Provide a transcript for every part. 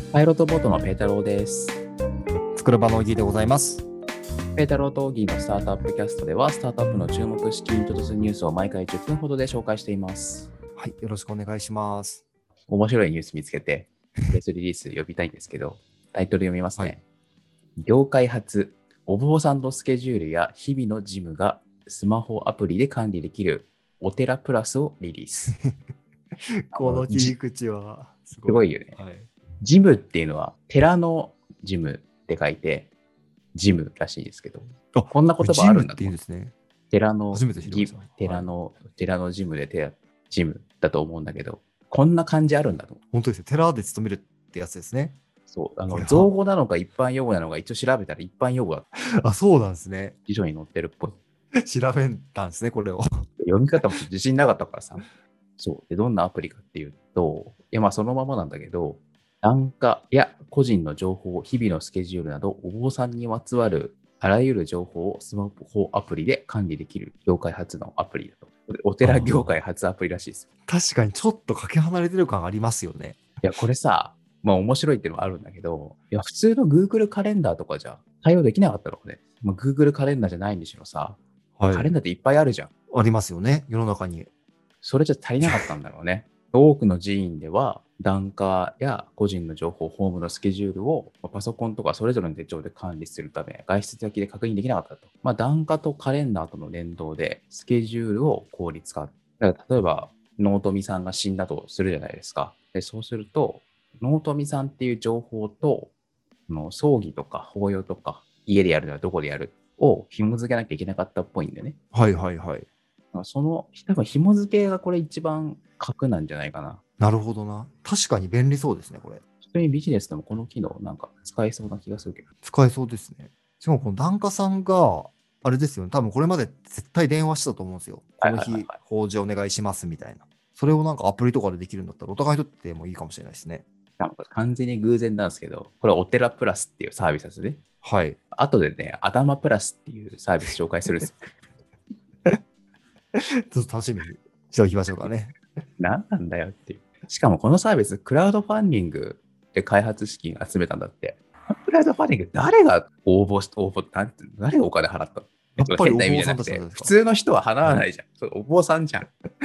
パイロットボートのペータローです。 作る場の小木でございます。 ペータローとオギーのスタートアップキャストでは、スタートアップの注目資金調達ニュースを毎回10分ほどで紹介しています。 はい、よろしくお願いします。 面白いニュース見つけて、プレスリリース呼びたいんですけど、タイトル読みますね。はい、業界初、お坊さんのスケジュールや日々のジムがスマホアプリで管理できるお寺プラスをリリース。 この切り口はすごいよね。はい、ジムっていうのは寺のジムって書いてジムらしいですけど、こんな言葉あるんだと思う。寺のジムでジムだと思うんだけど、こんな漢字あるんだと思う。 本当ですよ。寺で勤めるってやつですね。 そう、造語なのか一般用語なのか一応調べたら一般用語だ。 あ、そうなんですね。 辞書に載ってるっぽい。調べたんですね、これを。 読み方も自信なかったからさ。そう。で、どんなアプリかっていうと、まあそのままなんだけど、檀家や個人の情報、日々のスケジュールなど、お坊さんにまつわるあらゆる情報をスマホアプリで管理できる業界初のアプリだと。お寺業界初アプリらしいですよ。 確かにちょっとかけ離れてる感ありますよね。 いや、これさ、まあ面白いっていうのもあるんだけど、いや、普通の Google カレンダーとかじゃ対応できなかったのね。まあ、Google カレンダーじゃないにしろさ、はい、カレンダーっていっぱいあるじゃん。 ありますよね、世の中に。 それじゃ足りなかったんだろうね。多くの寺院では、檀家や個人の情報、ホームのスケジュールをパソコンとかそれぞれの手帳で管理するため、外出先で確認できなかったと。まあ、檀家とカレンダーとの連動で、スケジュールを効率化。だから例えば、納富さんが死んだとするじゃないですか。でそうすると、納富さんっていう情報と、葬儀とか法要とか、家でやるのはどこでやるを紐付けなきゃいけなかったっぽいんでね。 はいはいはい。 その、多分紐付けがこれ一番核なんじゃないかな。 なるほどな。確かに便利そうですね、これ。 普通にビジネスでもこの機能なんか使えそうな気がするけど。 使えそうですね。しかもこの檀家さんが、あれですよね、多分これまで絶対電話したと思うんですよ。この日、法事お願いしますみたいな。それをなんかアプリとかでできるんだったら、お互いにとってもいいかもしれないですね。 なんか完全に偶然なんですけど、これお寺プラスっていうサービスですね。 はい。 後でね、頭プラスっていうサービス紹介するんです。 ちょっと楽しみにしておきましょうかね。 何なんだよっていう。しかもこのサービス、クラウドファンディングで開発資金集めたんだって。クラウドファンディング、誰が誰がお金払ったの？ やっぱりお坊さんたち普通の人は払わないじゃん。お坊さんじゃん。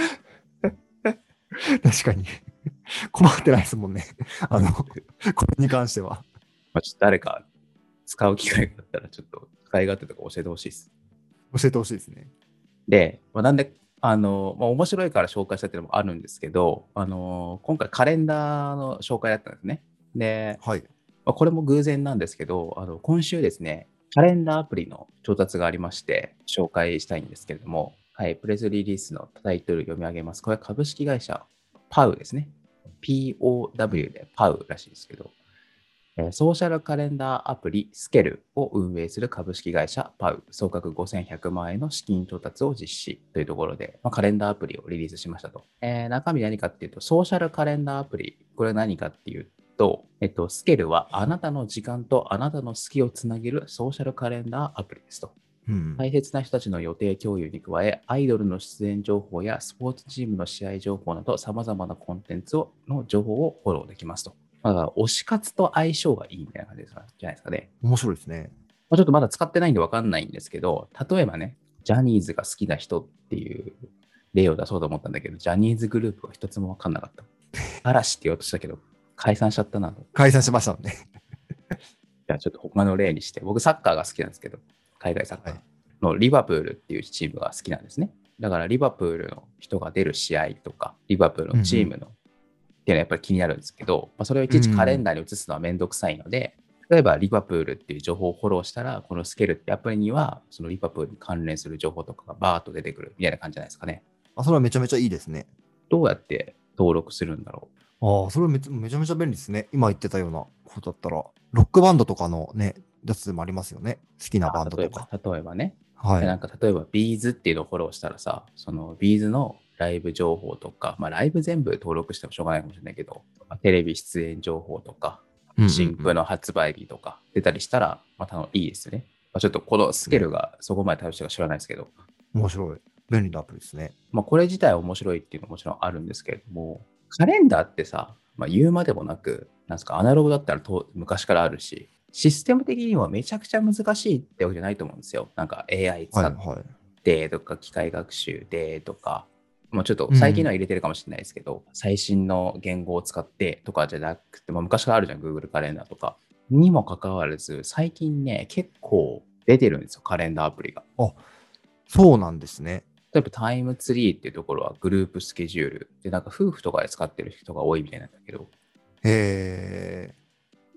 確かに。困ってないですもんね。これに関しては。 まあ、ちょっと誰か使う機会があったら、ちょっと使い勝手とか教えてほしいです。 教えてほしいですね。 で、なんで、面白いから紹介したっていうのもあるんですけど、今回カレンダーの紹介だったんですね。で、はい、これも偶然なんですけど、今週ですね、カレンダーアプリの調達がありまして、紹介したいんですけれども、はい、プレスリリースのタイトル読み上げます。これは株式会社パウですね。POW でパウらしいですけど、ソーシャルカレンダーアプリスケルを運営する株式会社パウ、総額5100万円の資金調達を実施というところで、カレンダーアプリをリリースしましたと。中身何かっていうと、ソーシャルカレンダーアプリ、これは何かっていうと、スケルはあなたの時間とあなたの好きをつなげるソーシャルカレンダーアプリですと。大切な人たちの予定共有に加え、アイドルの出演情報やスポーツチームの試合情報など様々なコンテンツの情報をフォローできますと。推し活と相性がいいみたいな感じじゃないですかね。 面白いですね。 ちょっとまだ使ってないんで分かんないんですけど、例えばね、ジャニーズが好きな人っていう例を出そうと思ったんだけど、ジャニーズグループは一つも分かんなかった。嵐って言おうとしたけど、解散しちゃったなと。 解散しましたね。 じゃあちょっと他の例にして、僕サッカーが好きなんですけど、海外サッカーのリバプールっていうチームが好きなんですね。だからリバプールの人が出る試合とか、リバプールのチームの、っていうのはやっぱり気になるんですけど、それをいちいちカレンダーに移すのはめんどくさいので、例えばリバプールっていう情報をフォローしたら、このスケルってアプリには、そのリバプールに関連する情報とかがバーッと出てくるみたいな感じじゃないですかね。 それはめちゃめちゃいいですね。 どうやって登録するんだろう？それはめちゃめちゃ便利ですね。今言ってたようなことだったら、ロックバンドとかのね、やつもありますよね。好きなバンドとか。 例えばね。 はい。 例えばビーズっていうのをフォローしたらさ、そのビーズのライブ情報とか、ライブ全部登録してもしょうがないかもしれないけど、テレビ出演情報とか、新譜の発売日とか出たりしたら、いいですよね。ちょっとこのスケルがそこまで対応してるか知らないですけど。 面白い。便利なアプリですね。 これ自体は面白いっていうのはもちろんあるんですけれども、カレンダーってさ、言うまでもなく、 なんすか、アナログだったら昔からあるし、システム的にはめちゃくちゃ難しいってわけじゃないと思うんですよ。なんか AI 使っはいはい。 てとか、機械学習でとか、もうちょっとうん。 最近のは入れてるかもしれないですけど、最新の言語を使ってとかじゃなくて、昔からあるじゃん、Google カレンダーとか。にもかかわらず、最近ね、結構出てるんですよ、カレンダーアプリが。 あ、そうなんですね。 例えばタイムツリーっていうところはグループスケジュールで、なんか夫婦とかで使ってる人が多いみたいなんだけど、 へえ。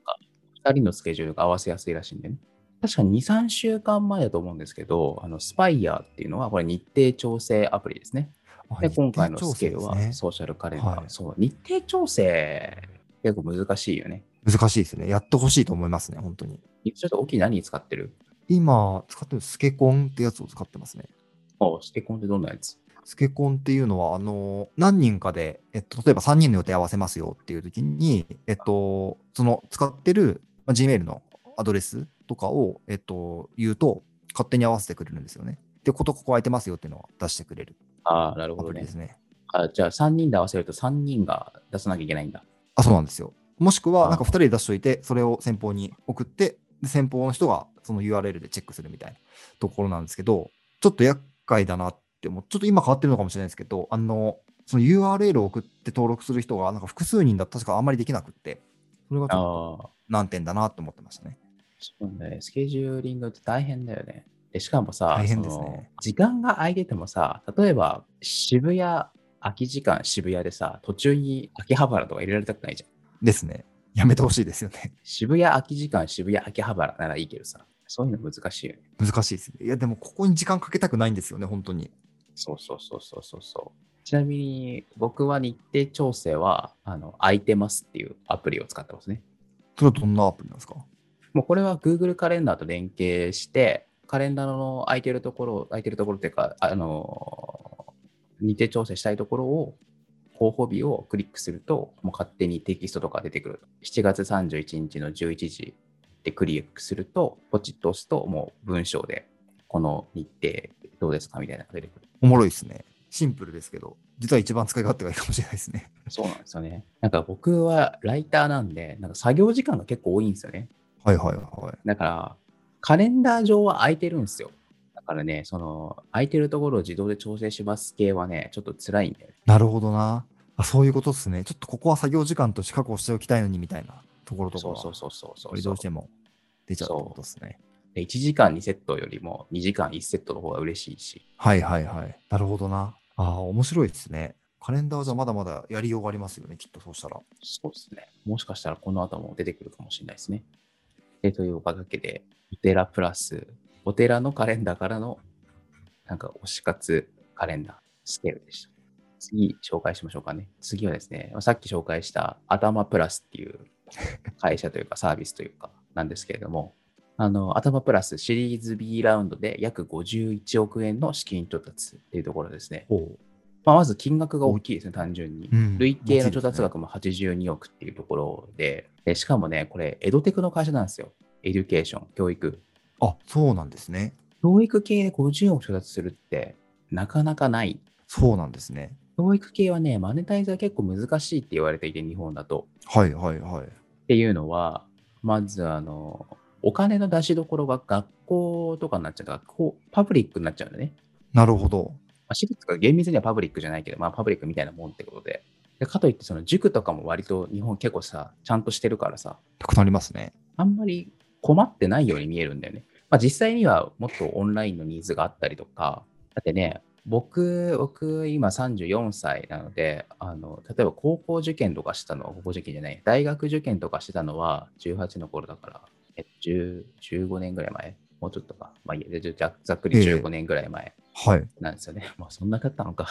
2人のスケジュールが合わせやすいらしいんでね。確かに2、3週間前だと思うんですけど、スパイヤーっていうのはこれ日程調整アプリですね。 あ、 で、 日今回の程調スケール整ですね。 はソーシャルカレンダー。 はい。 そう、日程調整結構難しいよね。 難しいですね。やってほしいと思いますね、本当に。 ちょっと大きい何使ってる？ 今、使ってるスケコンってやつを使ってますね。 スケコンってどんなやつ？ スケコンっていうのは、何人かで、例えば3人の予定合わせますよっていう時に、その使ってる、Gmail のアドレスとかを、言うと、勝手に合わせてくれるんですよね。で、ここ空いてますよっていうのを出してくれるああ、なるほアどね。 プリですね。 じゃあ3人で合わせると3人が出さなきゃいけないんだ。 あ、そうなんですよ。もしくは、なんか2人あで出しといて、それを先方に送って、で先方の人がその URL でチェックするみたいなところなんですけど、ちょっと厄介だなってちょっと今変わってるのかもしれないですけど、その URL を送って登録する人が、なんか複数人だと確かあんまりできなくって、それがちょっとあ、 難点だなって思ってましたね。 そうね、スケジューリングって大変だよね。で、しかもさ、 大変ですね。 時間が空いててもさ、例えば空き時間渋谷でさ、途中に秋葉原とか入れられたくないじゃん。 ですね。やめてほしいですよね。 渋谷空き時間、渋谷秋葉原ならいいけどさ、そういうの難しいよね。 難しいですね。いや、でもここに時間かけたくないんですよね、本当に。 そうそうそうそうそうそう。ちなみに、僕は日程調整は、空いてますっていうアプリを使ってますね。 それはどんなアプリなんですか？ もうこれは Google カレンダーと連携して、カレンダーの空いてるところっていうか、日程調整したいところを、候補日をクリックすると、もう勝手にテキストとか出てくる。7月31日の11時でクリックすると、ポチッと押すと、もう文章で、この日程どうですかみたいなのが出てくる。 おもろいですね。シンプルですけど、実は一番使い勝手がいいかもしれないですね。 そうなんですよね。なんか僕はライターなんで、なんか作業時間が結構多いんですよね。 はいはいはい。 だから、カレンダー上は空いてるんですよ。だからね、空いてるところを自動で調整します系はね、ちょっと辛いんだよね。 なるほどな。あ、そういうことですね。ちょっとここは作業時間として確保しておきたいのにみたいなところとかが、やっそうそうそうそうそぱりどうそう。 うしても出ちゃうってこそう。 とですね。 で、1時間2セットよりも2時間1セットの方が嬉しいし。 はいはいはい。なるほどな。ああ、面白いですね。カレンダーはじゃあまだまだやりようがありますよね、きっとそうしたら。 そうですね。もしかしたらこの後も出てくるかもしれないですね。というわけで、お寺プラス、お寺のカレンダーからの、なんか推し活カレンダースケールでした。次紹介しましょうかね。次はですね、さっき紹介した頭プラスっていう会社というかサービスというかなんですけれども、頭プラスシリーズ B ラウンドで約51億円の資金調達っていうところですね。 ほまず金額がう。 大きいですね、単純に。 うん、 累大計の調きいですね。 達額も82億っていうところで、しかもね、これ、エドテクの会社なんですよ。エデュケーション、教育。 あ、そうなんですね。 教育系で50億調達するって、なかなかない。 そうなんですね。 教育系はね、マネタイズは結構難しいって言われていて、日本だと。 はいはいはい。 っていうのは、まずお金の出しどころが学校とかになっちゃうと、学校、パブリックになっちゃうんだね。 なるほど。 私立が厳密にはパブリックじゃないけど、まあパブリックみたいなもんってことで。かといって、その塾とかも割と日本結構さ、ちゃんとしてるからさ、 たくさんありますね。 あんまり困ってないように見えるんだよね。まあ実際にはもっとオンラインのニーズがあったりとか、だってね、僕今34歳なので、例えば高校受験とかしたのは、高校受験じゃない、大学受験とかしてたのは18の頃だから、15年ぐらい前、もうちょっとか、まあいいや、ざっくり15 ええ、 年ぐらい前はい。 なんですよね。まあそんな経ったのか。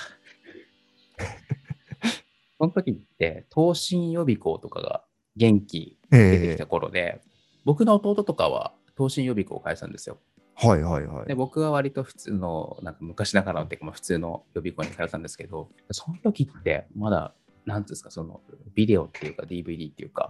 その時って東進予備校とかが元気出てきたええ、 頃で、僕の弟とかは東進予備校を返したんですよ。 はいはいはい。 で、僕は割と普通の、なんか昔ながらのっていうか、まあ普通の予備校に通ったんですけど、その時ってまだ、なんていうんですか、ビデオっていうか DVD っていうか、 うん。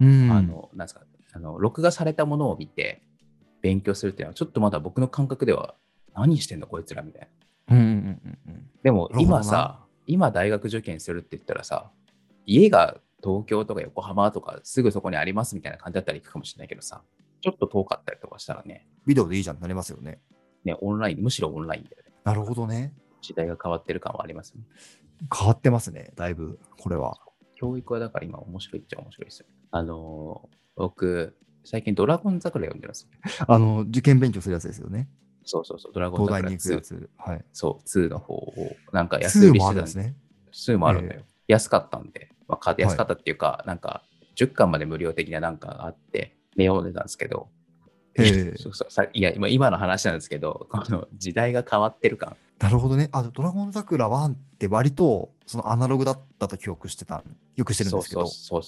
なんですか、録画されたものを見て勉強するっていうのは、ちょっとまだ僕の感覚では、何してんのこいつらみたいな。 うんうんうんうん。 でもなるほどな。 今さ、今大学受験するって言ったらさ、家が東京とか横浜とかすぐそこにありますみたいな感じだったら行くかもしれないけどさ、ちょっと遠かったりとかしたらね、 ビデオでいいじゃんってなりますよね。 オンライン、むしろオンラインだよね。 なるほどね。 時代が変わってる感はありますね。 変わってますね、だいぶ、これは。 教育はだから今面白いっちゃ面白いですよ。僕、最近ドラゴン桜読んでるんですよ。 受験勉強するやつですよね。 そう、ドラゴン東大桜2。 に行くやつ。はい。 そう、2の方をなんか安売 2 りしてたんで、 もあるんですね。 2もあるんだよ。安かったんで、安かはい。 ったっていうか、なんか10巻まで無料的ななんかがあって、読んでたんですけど、 えいや今の話なんですけど、この時代が変わってる感。 なるほどね。ドラゴン桜1って割とそのアナログだったと記憶してるんですけど、 そう。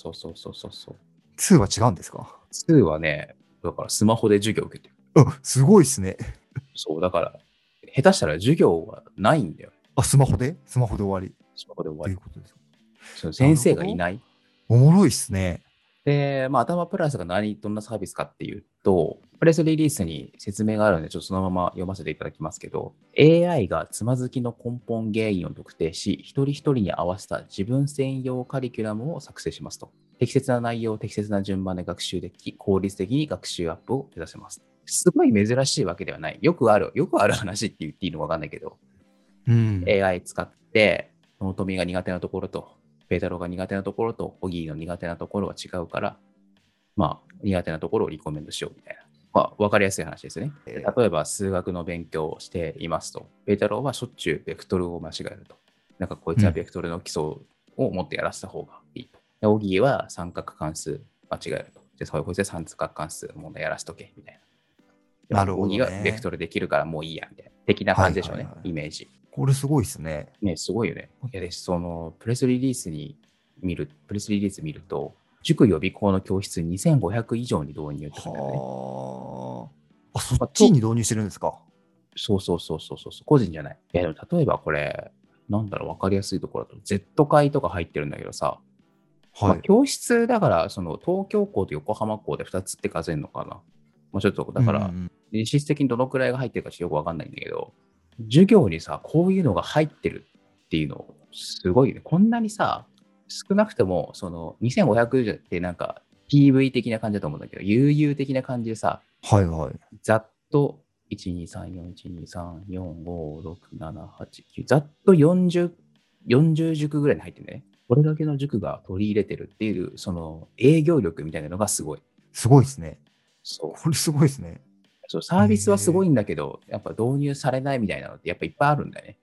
2は違うんですか？ 2はね、だからスマホで授業受けてる。 すごいですね。 そう、だから、下手したら授業はないんだよ。 スマホで終わり。っスマホで終わり。 ていうことですか？ その先生がいない。 おもろいっすね。 で、頭プラスがどんなサービスかっていうと、プレスリリースに説明があるので、ちょっとそのまま読ませていただきますけど、AI がつまずきの根本原因を特定し、一人一人に合わせた自分専用カリキュラムを作成しますと。適切な内容を適切な順番で学習でき、効率的に学習アップを目指せます。すごい珍しいわけではない。よくある話って言っていいのかわかんないけど、AI 使って、ノートミが苦手なところと、ペータローが苦手なところと、オギーの苦手なところは違うから、苦手なところをリコメンドしようみたいな。わかりやすい話ですね。例えば、数学の勉強をしていますと、ペータローはしょっちゅうベクトルを間違えると。なんかこいつはベクトルの基礎をもっとやらせた方がいいと。でオギーは三角関数間違えると。で、こいつは三角関数の問題やらせとけみたいな。 なるほどね。 オギーはベクトルできるからもういいやみたいな。的な感じでしょうね、イメージ。 これすごいですね。 ね、すごいよね。いやで、プレスリリース見ると、塾予備校の教室2500以上に導入って書いてあるね。 そっちに導入してるんですか？ そう。個人じゃない。いや、でも例えばこれ、わかりやすいところだと、Z 会とか入ってるんだけどさ、教室だから、東京校と横浜校で2つって数えるのかな。ちょっと、だから、実質的にどのくらいが入ってるかちょっとよくわかんないんだけど、授業にさ、こういうのが入ってるっていうの、すごいね。こんなにさ、少なくとも、2500ってなんか PV 的な感じだと思うんだけど、悠々的な感じでさ、ざっと、1、2、3、4、1、2、3、4、5、6、7、8、9、ざっと40塾ぐらいに入ってるんだよね。これだけの塾が取り入れてるっていう、営業力みたいなのがすごい。 すごいですね。 そう。 これすごいですね。 サービスはすごいんだけど、やっぱ導入されないみたいなのってやっぱいっぱいあるんだよね。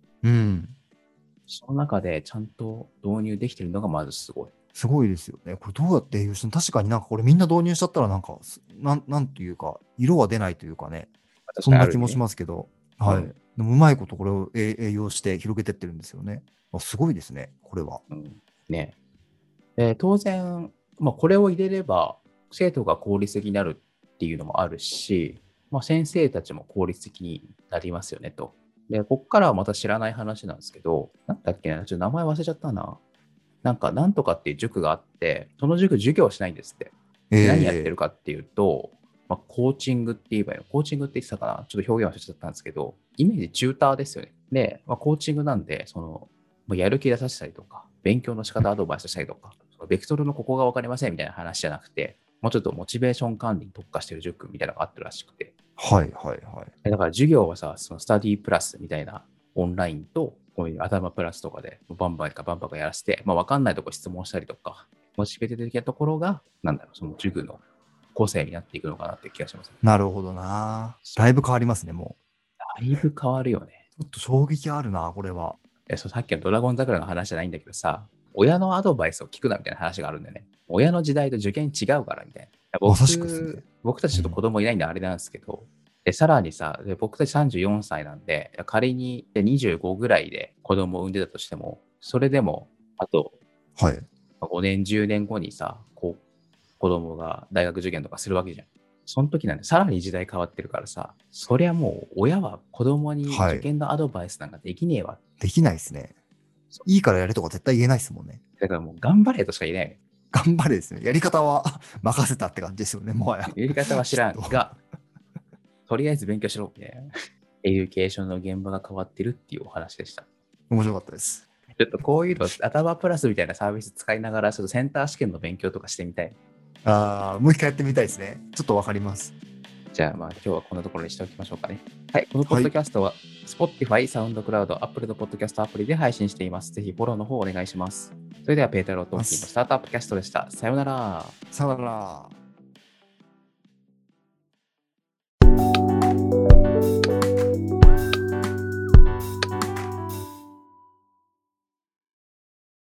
その中でちゃんと導入できてるのがまずすごい。 すごいですよね。これどうやって営業してるの？確かになんかこれみんな導入しちゃったらなんか、なんというか、色は出ないというかね。そんな気もしますけど。でもうまいことこれを営業して広げてってるんですよね。すごいですね、これは。 ね。当然、これを入れれば生徒が効率的になるっていうのもあるし、先生たちも効率的になりますよねと。で、ここからはまた知らない話なんですけど、なんだっけな、ちょっと名前忘れちゃったな。なんとかっていう塾があって、その塾授業しないんですって。何やってるかっていうと、コーチングって言えばいいの。コーチングって言ってたかな、ちょっと表現はしちゃったんですけど、イメージチューターですよね。で、コーチングなんで、やる気出させたりとか、勉強の仕方アドバイスしたりとか、ベクトルのここが分かりませんみたいな話じゃなくて、もうちょっとモチベーション管理に特化してる塾みたいなのがあってるらしくて。だから授業はさ、スタディプラスみたいなオンラインと、こういう頭プラスとかでバンバンやらせて、分かんないとこ質問したりとか、モチベート的なところが、その塾の個性になっていくのかなっていう気がします、ね。 なるほどな。だいぶ変わりますね、もう。だいぶ変わるよね。 ちょっと衝撃あるな、これは。 さっきのドラゴン桜の話じゃないんだけどさ、親のアドバイスを聞くなみたいな話があるんだよね。親の時代と受験違うからみたいな。僕たちちょっと子供いないんであれなんですけど、でさらにさ、僕たち34歳なんで、仮に25ぐらいで子供を産んでたとしても、それでも、あと、5年、10年後にさ、子供が大学受験とかするわけじゃん。その時なんで、さらに時代変わってるからさ、そりゃもう親は子供に受験のアドバイスなんかできねえわ。 できないですね。いいからやれとか絶対言えないですもんね。 だからもう頑張れとしか言えないよね。 頑張れですね。やり方は任せたって感じですよね、もはや。 やり方は知らんが、とりあえず勉強しろみたいな。エデュケーションの現場が変わってるっていうお話でした。 面白かったです。 ちょっとこういうの、頭プラスみたいなサービス使いながら、ちょっとセンター試験の勉強とかしてみたい。 もう一回やってみたいですね。ちょっとわかります。 じゃあ、まあ今日はこんなところにしておきましょうかね。はい、このポッドキャストは、Spotify、SoundCloud、Apple のポッドキャストアプリで配信しています。ぜひフォローの方お願いします。それでは、ペータロー・トーキーのスタートアップキャストでした。さようなら。 さよなら。